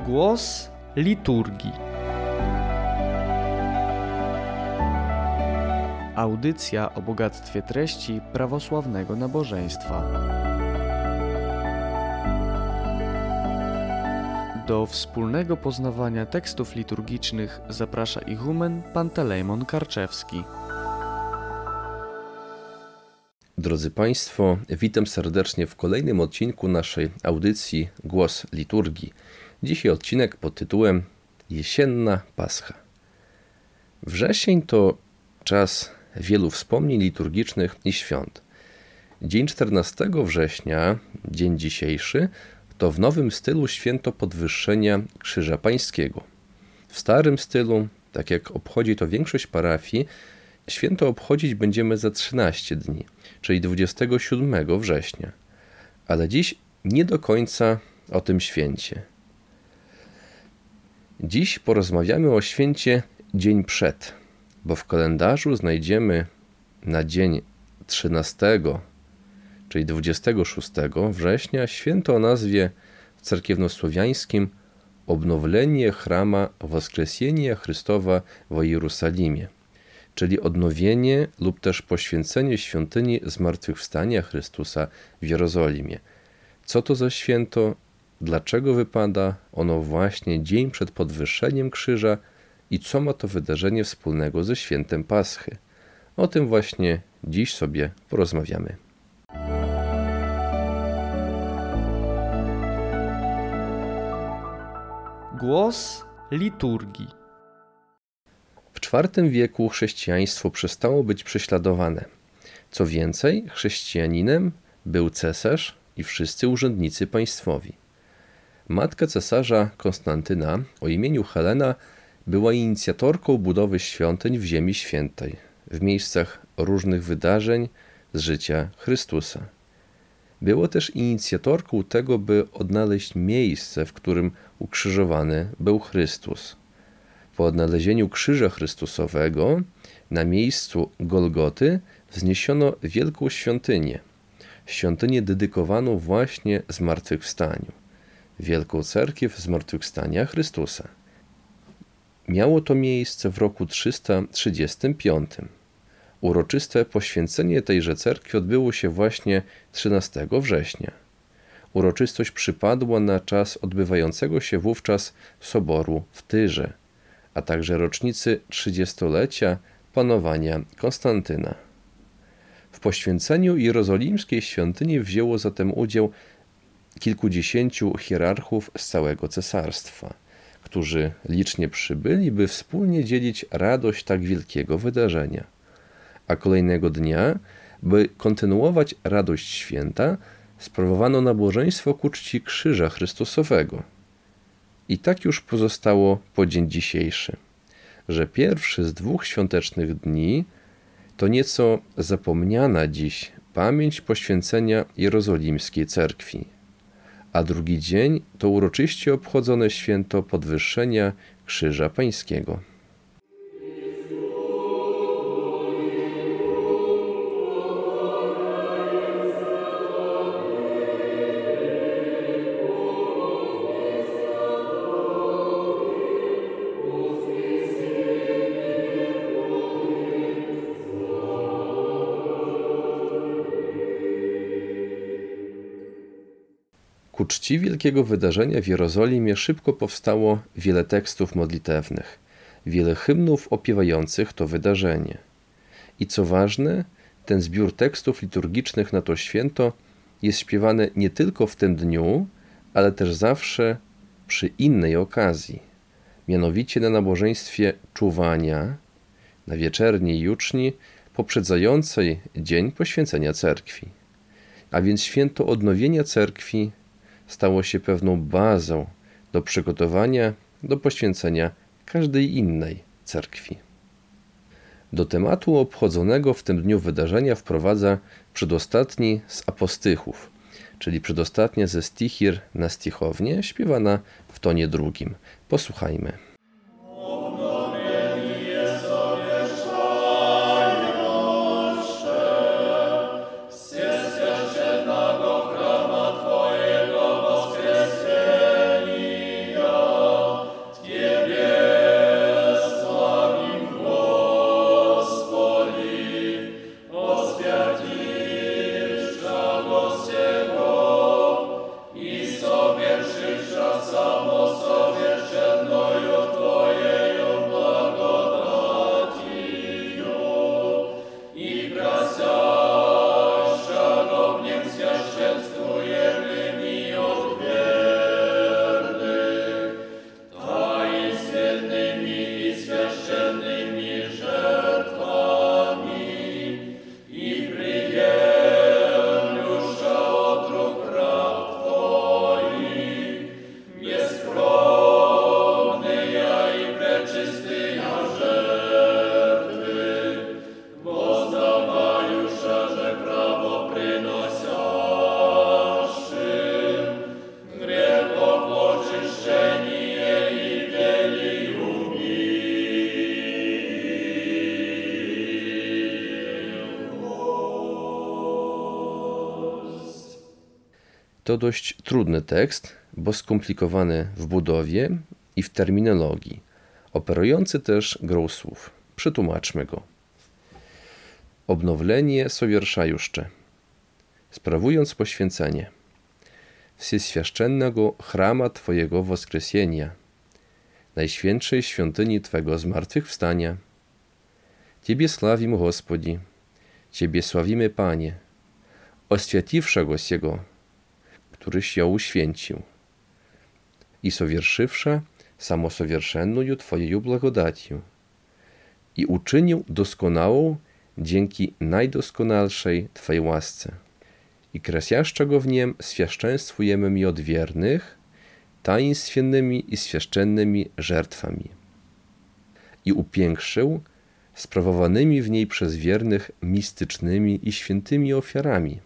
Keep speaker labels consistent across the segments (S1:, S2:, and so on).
S1: Głos liturgii. Audycja o bogactwie treści prawosławnego nabożeństwa. Do wspólnego poznawania tekstów liturgicznych zaprasza ichumen Pantelejmon Karczewski.
S2: Drodzy Państwo, witam serdecznie w kolejnym odcinku naszej audycji Głos liturgii. Dzisiaj odcinek pod tytułem Jesienna Pascha. Wrzesień to czas wielu wspomnień liturgicznych i świąt. Dzień 14 września, dzień dzisiejszy, to w nowym stylu święto podwyższenia Krzyża Pańskiego. W starym stylu, tak jak obchodzi to większość parafii, święto obchodzić będziemy za 13 dni, czyli 27 września. Ale dziś nie do końca o tym święcie. Dziś porozmawiamy o święcie dzień przed, bo w kalendarzu znajdziemy na dzień 13, czyli 26 września, święto o nazwie w cerkiewnosłowiańskim Obnowlenie Chrama Woskrzesienia Chrystowa w Jerozolimie, czyli odnowienie lub też poświęcenie świątyni zmartwychwstania Chrystusa w Jerozolimie. Co to za święto? Dlaczego wypada ono właśnie dzień przed podwyższeniem krzyża i co ma to wydarzenie wspólnego ze świętem Paschy? O tym właśnie dziś sobie porozmawiamy.
S1: Głos liturgii.
S2: W IV wieku chrześcijaństwo przestało być prześladowane. Co więcej, chrześcijaninem był cesarz i wszyscy urzędnicy państwowi. Matka cesarza Konstantyna o imieniu Helena była inicjatorką budowy świątyń w Ziemi Świętej, w miejscach różnych wydarzeń z życia Chrystusa. Była też inicjatorką tego, by odnaleźć miejsce, w którym ukrzyżowany był Chrystus. Po odnalezieniu krzyża Chrystusowego na miejscu Golgoty wzniesiono wielką świątynię dedykowaną właśnie zmartwychwstaniu, wielką cerkiew zmartwychwstania Chrystusa. Miało to miejsce w roku 335. Uroczyste poświęcenie tejże cerkwi odbyło się właśnie 13 września. Uroczystość przypadła na czas odbywającego się wówczas soboru w Tyrze, a także rocznicy 30-lecia panowania Konstantyna. W poświęceniu jerozolimskiej świątyni wzięło zatem udział kilkudziesięciu hierarchów z całego cesarstwa, którzy licznie przybyli, by wspólnie dzielić radość tak wielkiego wydarzenia. A kolejnego dnia, by kontynuować radość święta, sprawowano nabożeństwo ku czci Krzyża Chrystusowego. I tak już pozostało po dzień dzisiejszy, że pierwszy z 2 świątecznych dni to nieco zapomniana dziś pamięć poświęcenia jerozolimskiej cerkwi, a drugi dzień to uroczyście obchodzone święto podwyższenia Krzyża Pańskiego. Ku czci wielkiego wydarzenia w Jerozolimie szybko powstało wiele tekstów modlitewnych, wiele hymnów opiewających to wydarzenie. I co ważne, ten zbiór tekstów liturgicznych na to święto jest śpiewany nie tylko w tym dniu, ale też zawsze przy innej okazji, mianowicie na nabożeństwie czuwania, na wieczerniej juczni poprzedzającej dzień poświęcenia cerkwi. A więc święto odnowienia cerkwi stało się pewną bazą do przygotowania do poświęcenia każdej innej cerkwi. Do tematu obchodzonego w tym dniu wydarzenia wprowadza przedostatni z apostychów, czyli przedostatnia ze stichir na stichownię, śpiewana w tonie drugim. Posłuchajmy.
S3: Świętego Chrama Twojego woskreślenia.
S2: To dość trudny tekst, bo skomplikowany w budowie i w terminologii, operujący też grą słów. Przetłumaczmy go. Obnovlenie sowieszаюszcze, sprawując poświęcenie Всесвященnego chrama Twojego Woskreślenia, Najświętszej świątyni Twego zmartwychwstania. Ciebie sławimy, Господи, Ciebie sławimy, Panie, oswiatiwszego siego, któryś ją uświęcił, i soвершивша самосовершенную Twojej blagodatью, i uczynił doskonałą dzięki najdoskonalszej Twojej łasce. I krasiaszczego w niem świadczenstwujemy mi od wiernych, tainstwiennymi i świeszczennymi żertwami. I upiększył sprawowanymi w niej przez wiernych mistycznymi i świętymi ofiarami.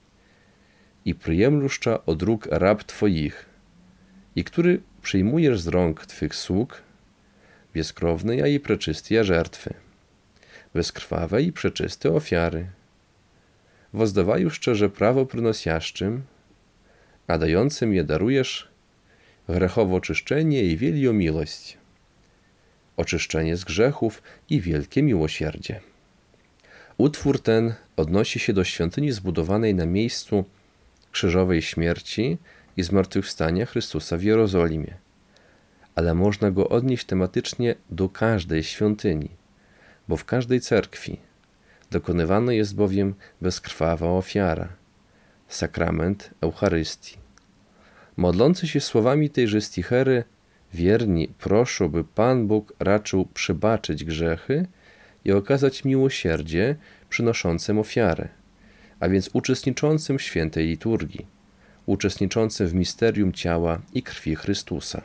S2: I przyjemluszcza od róg rab Twoich, i który przyjmujesz z rąk Twych sług, bezkrowne i przeczyste żertwy, bezkrwawe i przeczyste ofiary. Wozdawaju szczerze prawo przynosiaszczym, a dającym je darujesz grzechowo czyszczenie i wielką miłość, oczyszczenie z grzechów i wielkie miłosierdzie. Utwór ten odnosi się do świątyni zbudowanej na miejscu krzyżowej śmierci i zmartwychwstania Chrystusa w Jerozolimie, ale można go odnieść tematycznie do każdej świątyni, bo w każdej cerkwi dokonywana jest bowiem bezkrwawa ofiara, sakrament Eucharystii. Modlący się słowami tejże stichery, wierni proszą, by Pan Bóg raczył przebaczyć grzechy i okazać miłosierdzie przynoszącym ofiarę, a więc uczestniczącym w świętej liturgii, uczestniczącym w misterium ciała i krwi Chrystusa.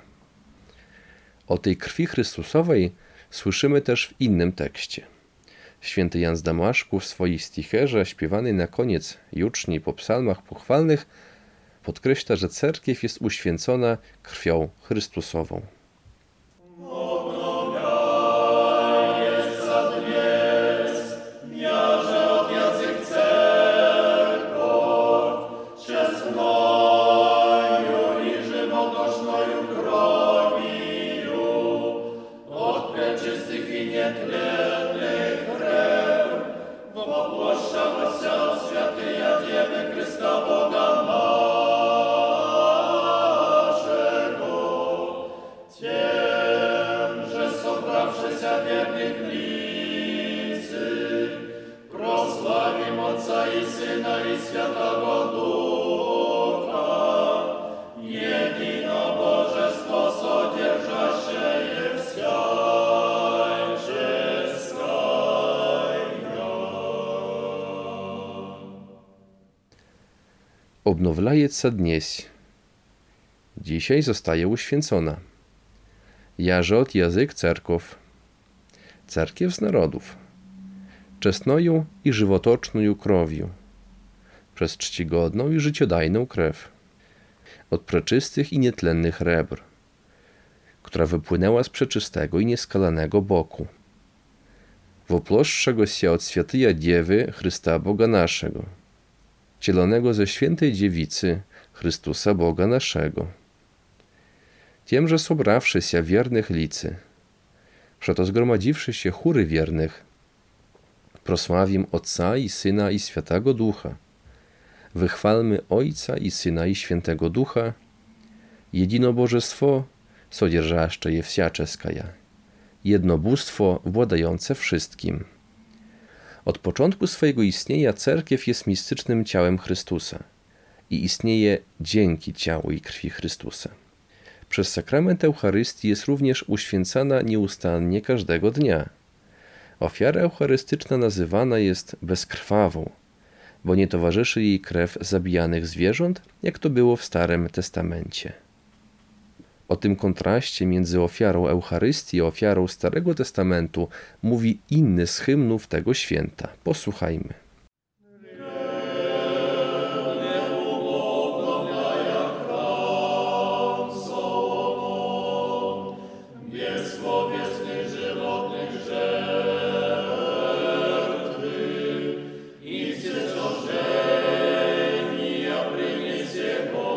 S2: O tej krwi Chrystusowej słyszymy też w innym tekście. Święty Jan z Damaszku w swojej sticherze, śpiewanej na koniec juczni po psalmach pochwalnych, podkreśla, że cerkiew jest uświęcona krwią Chrystusową. Obnowlajется dnieś. Dzisiaj zostaje uświęcona. Jarzot język cerkow. Cerkiew z narodów. Czesnoją i żywotoczną krowią. Przez czcigodną i życiodajną krew. Od przeczystych i nietlennych rebr, która wypłynęła z przeczystego i nieskalanego boku. Woploszczego się od świętej Dziewy Chrysta Boga naszego, cielonego ze świętej dziewicy Chrystusa Boga naszego. Tiemże sobrawszy się wiernych licy, przeto zgromadziwszy się chóry wiernych, prosławim Otca i Syna i Świętego Ducha. Wychwalmy Ojca i Syna i Świętego Ducha, jedino Bożestwo, sodержаще je wsiaczeskaya, jedno bóstwo władające wszystkim. Od początku swojego istnienia cerkiew jest mistycznym ciałem Chrystusa i istnieje dzięki ciału i krwi Chrystusa. Przez sakrament Eucharystii jest również uświęcana nieustannie każdego dnia. Ofiara eucharystyczna nazywana jest bezkrwawą, bo nie towarzyszy jej krew zabijanych zwierząt, jak to było w Starym Testamencie. O tym kontraście między ofiarą Eucharystii a ofiarą Starego Testamentu mówi inny z hymnów tego święta. Posłuchajmy.
S3: Niego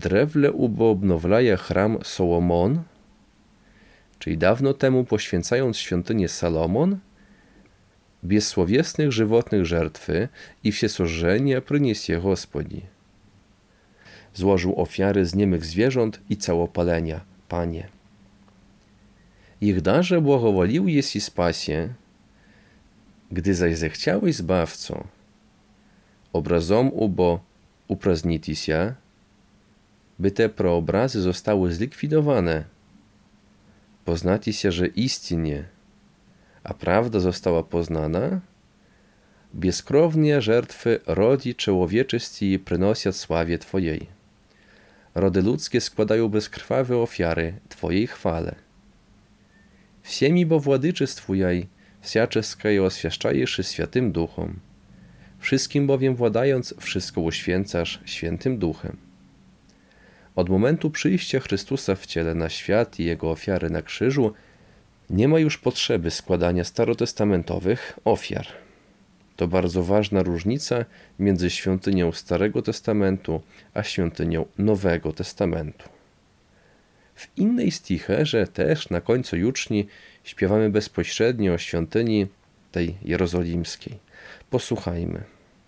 S2: drewle ubo obnowlaje chram Solomon, czyli dawno temu poświęcając świątynię Salomon, bezsłowiesnych żywotnych żertwy i всесожжения przyniesie Gospodzi. Złożył ofiary z niemych zwierząt i całopalenia, Panie. Ich darze błogowolił jest i spasie, gdy zaś zechciałeś Zbawco, obrazom ubo upraznitися, by te proobrazy zostały zlikwidowane, poznatися, że istinie, a prawda została poznana, bezkrownie żertwy rodi człowieczysty przynosić sławie Twojej. Rody ludzkie składają bezkrwawe ofiary Twojej chwale. Всеми bo władyczystwujaj, всяческое освящаешь i Świętym Duchom. Wszystkim bowiem władając, wszystko uświęcasz Świętym Duchem. Od momentu przyjścia Chrystusa w ciele na świat i Jego ofiary na krzyżu nie ma już potrzeby składania starotestamentowych ofiar. To bardzo ważna różnica między świątynią Starego Testamentu a świątynią Nowego Testamentu. W innej sticherze też na końcu juczni śpiewamy bezpośrednio o świątyni tej jerozolimskiej. Posłuchajmy.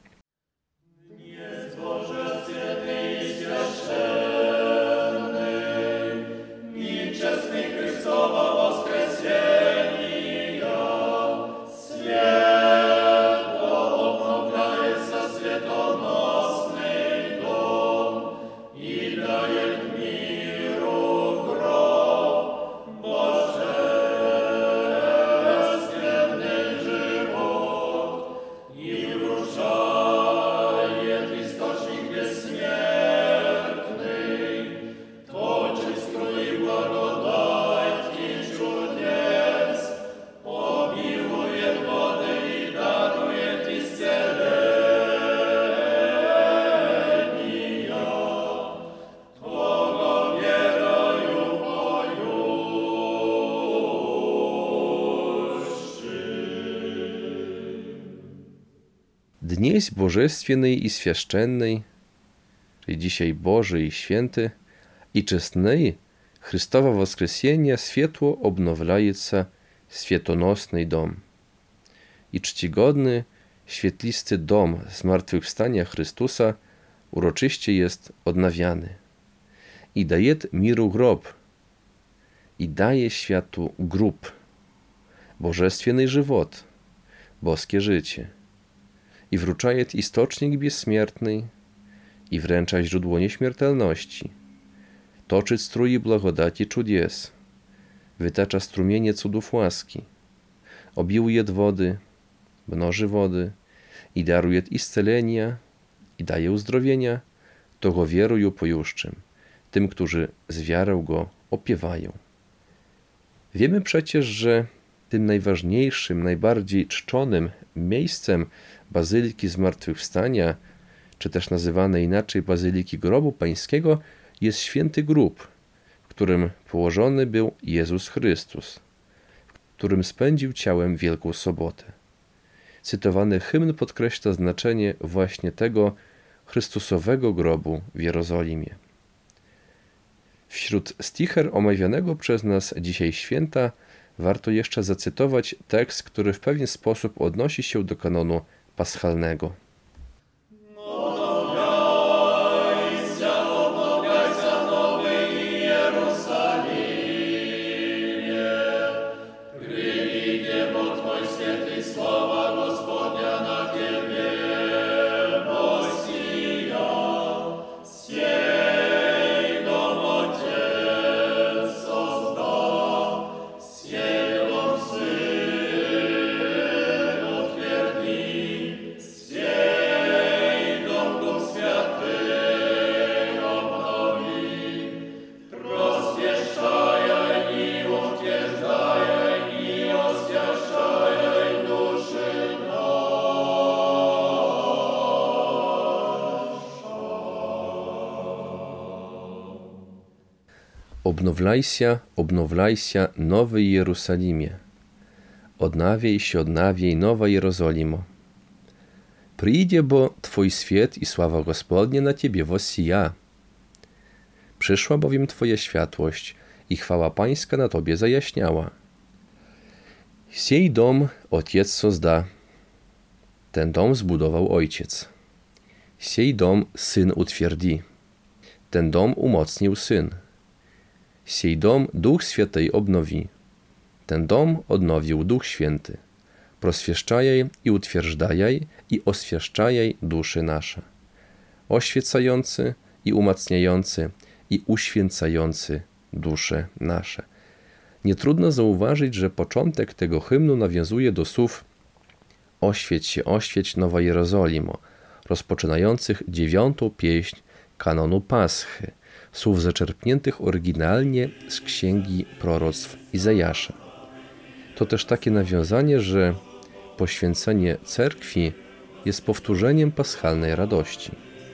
S2: Dnieś Bożestwiennej i Świeszczennej, czyli dzisiaj Boży i Święty, i czestnej Chrystowa Woskresenia światło obnowляется świetonosny dom. I czcigodny, świetlisty dom zmartwychwstania Chrystusa uroczyście jest odnawiany. I daje miru grob, i daje światu grób, bożestwienny żywot, boskie życie. I wrучает istocznik bezśmiertny, i wręcza źródło nieśmiertelności. Toczy strui blagodaci czudies, wytacza strumienie cudów łaski, obiłuje wody, mnoży wody, i daruje iscelenia, i daje uzdrowienia, to go wierują pojuszczym, tym, którzy z wiarą go opiewają. Wiemy przecież, że tym najważniejszym, najbardziej czczonym miejscem Bazyliki Zmartwychwstania, czy też nazywane inaczej Bazyliki Grobu Pańskiego, jest święty grób, w którym położony był Jezus Chrystus, w którym spędził ciałem Wielką Sobotę. Cytowany hymn podkreśla znaczenie właśnie tego Chrystusowego grobu w Jerozolimie. Wśród sticher omawianego przez nas dzisiaj święta warto jeszcze zacytować tekst, który w pewien sposób odnosi się do kanonu paschalnego. Obnowlajся, Nowy Jerusalimie. Odnawiaj, Nowa Jerozolimo. Przyjdzie, bo Twój świat i sława Gospodnia na Ciebie wossija. Przyszła bowiem Twoja światłość i chwała Pańska na Tobie zajaśniała. Siej dom Ojciec sozda. Ten dom zbudował Ojciec. Siej dom Syn utwierdzi. Ten dom umocnił Syn. Siej dom Duch Święty obnowi. Ten dom odnowił Duch Święty. Proswieszczajaj i utwierdzajaj i oswieszczajaj duszy nasze. Oświecający i umacniający i uświęcający dusze nasze. Nie trudno zauważyć, że początek tego hymnu nawiązuje do słów oświeć, Nowa Jerozolimo, rozpoczynających 9. pieśń kanonu Paschy, słów zaczerpniętych oryginalnie z księgi proroctw Izajasza. To też takie nawiązanie, że poświęcenie cerkwi jest powtórzeniem paschalnej radości.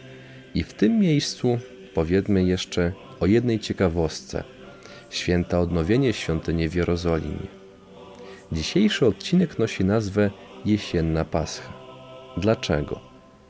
S2: I w tym miejscu powiedzmy jeszcze o jednej ciekawostce. Święta odnowienie świątyni w Jerozolimie. Dzisiejszy odcinek nosi nazwę Jesienna Pascha. Dlaczego?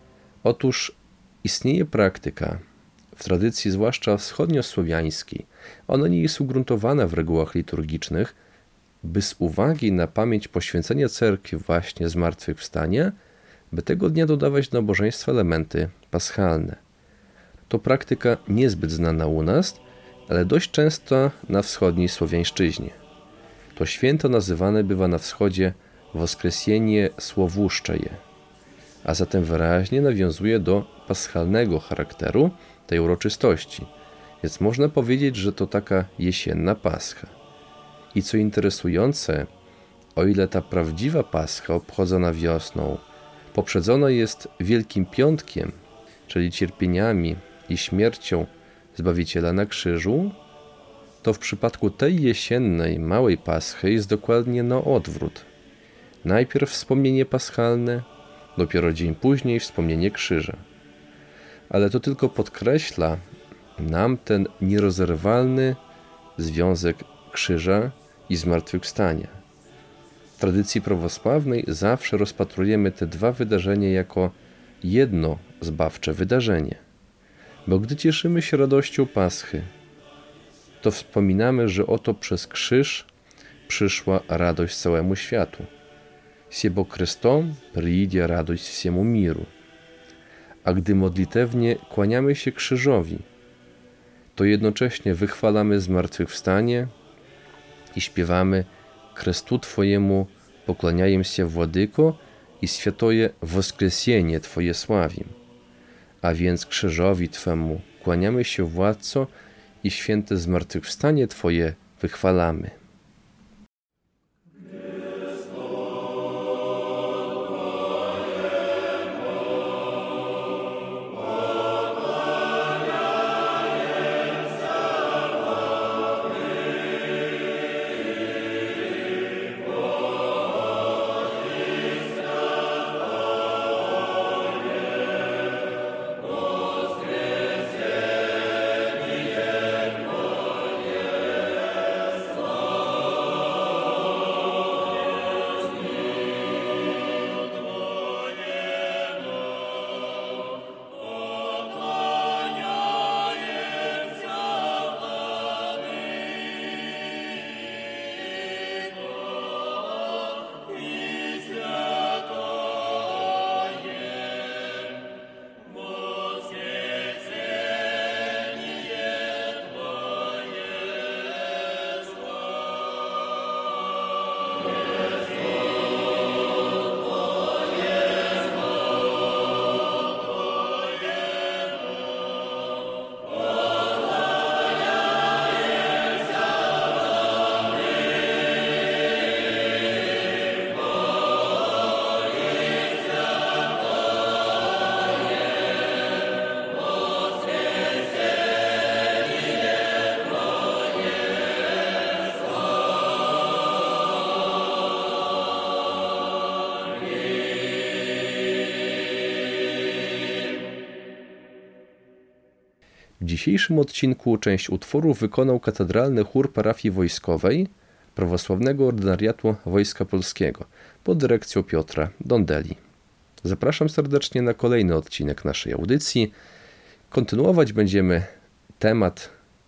S2: Otóż istnieje praktyka w tradycji zwłaszcza wschodniosłowiańskiej. Ona nie jest ugruntowana w regułach liturgicznych, by z uwagi na pamięć poświęcenia cerkwi właśnie zmartwychwstania, by tego dnia dodawać do nabożeństwa elementy paschalne. To praktyka niezbyt znana u nas, ale dość często na wschodniej słowiańszczyźnie. To święto nazywane bywa na wschodzie Woskresenie Słowuszczeje, a zatem wyraźnie nawiązuje do paschalnego charakteru tej uroczystości, więc można powiedzieć, że to taka jesienna Pascha. I co interesujące, o ile ta prawdziwa Pascha obchodzona wiosną poprzedzona jest Wielkim Piątkiem, czyli cierpieniami i śmiercią Zbawiciela na krzyżu, to w przypadku tej jesiennej, małej Paschy jest dokładnie na odwrót. Najpierw wspomnienie paschalne, dopiero dzień później wspomnienie krzyża. Ale to tylko podkreśla nam ten nierozerwalny związek krzyża i zmartwychwstania. W tradycji prawosławnej zawsze rozpatrujemy te dwa wydarzenia jako jedno zbawcze wydarzenie. Bo gdy cieszymy się radością Paschy, to wspominamy, że oto przez krzyż przyszła radość całemu światu. Siebo Chrystom przyjdzie radość wsiemu miru. A gdy modlitewnie kłaniamy się krzyżowi, to jednocześnie wychwalamy zmartwychwstanie i śpiewamy Chrystu Twojemu pokłaniajem się Władyko i świętoje Woskresienie Twoje sławim. A więc krzyżowi Twemu kłaniamy się, Władco, i święte zmartwychwstanie Twoje wychwalamy. W dzisiejszym odcinku część utworu wykonał katedralny chór parafii wojskowej Prawosławnego Ordynariatu Wojska Polskiego pod dyrekcją Piotra Dondeli. Zapraszam serdecznie na kolejny odcinek naszej audycji. Kontynuować będziemy temat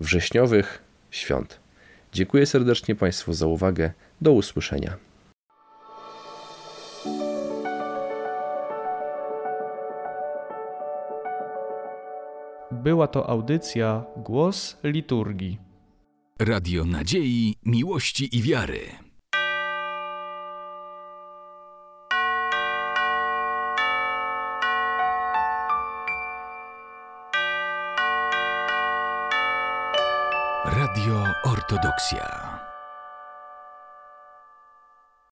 S2: wrześniowych świąt. Dziękuję serdecznie Państwu za uwagę. Do usłyszenia.
S1: Była to audycja Głos Liturgii.
S3: Radio Nadziei, Miłości i Wiary. Radio Ortodoksja.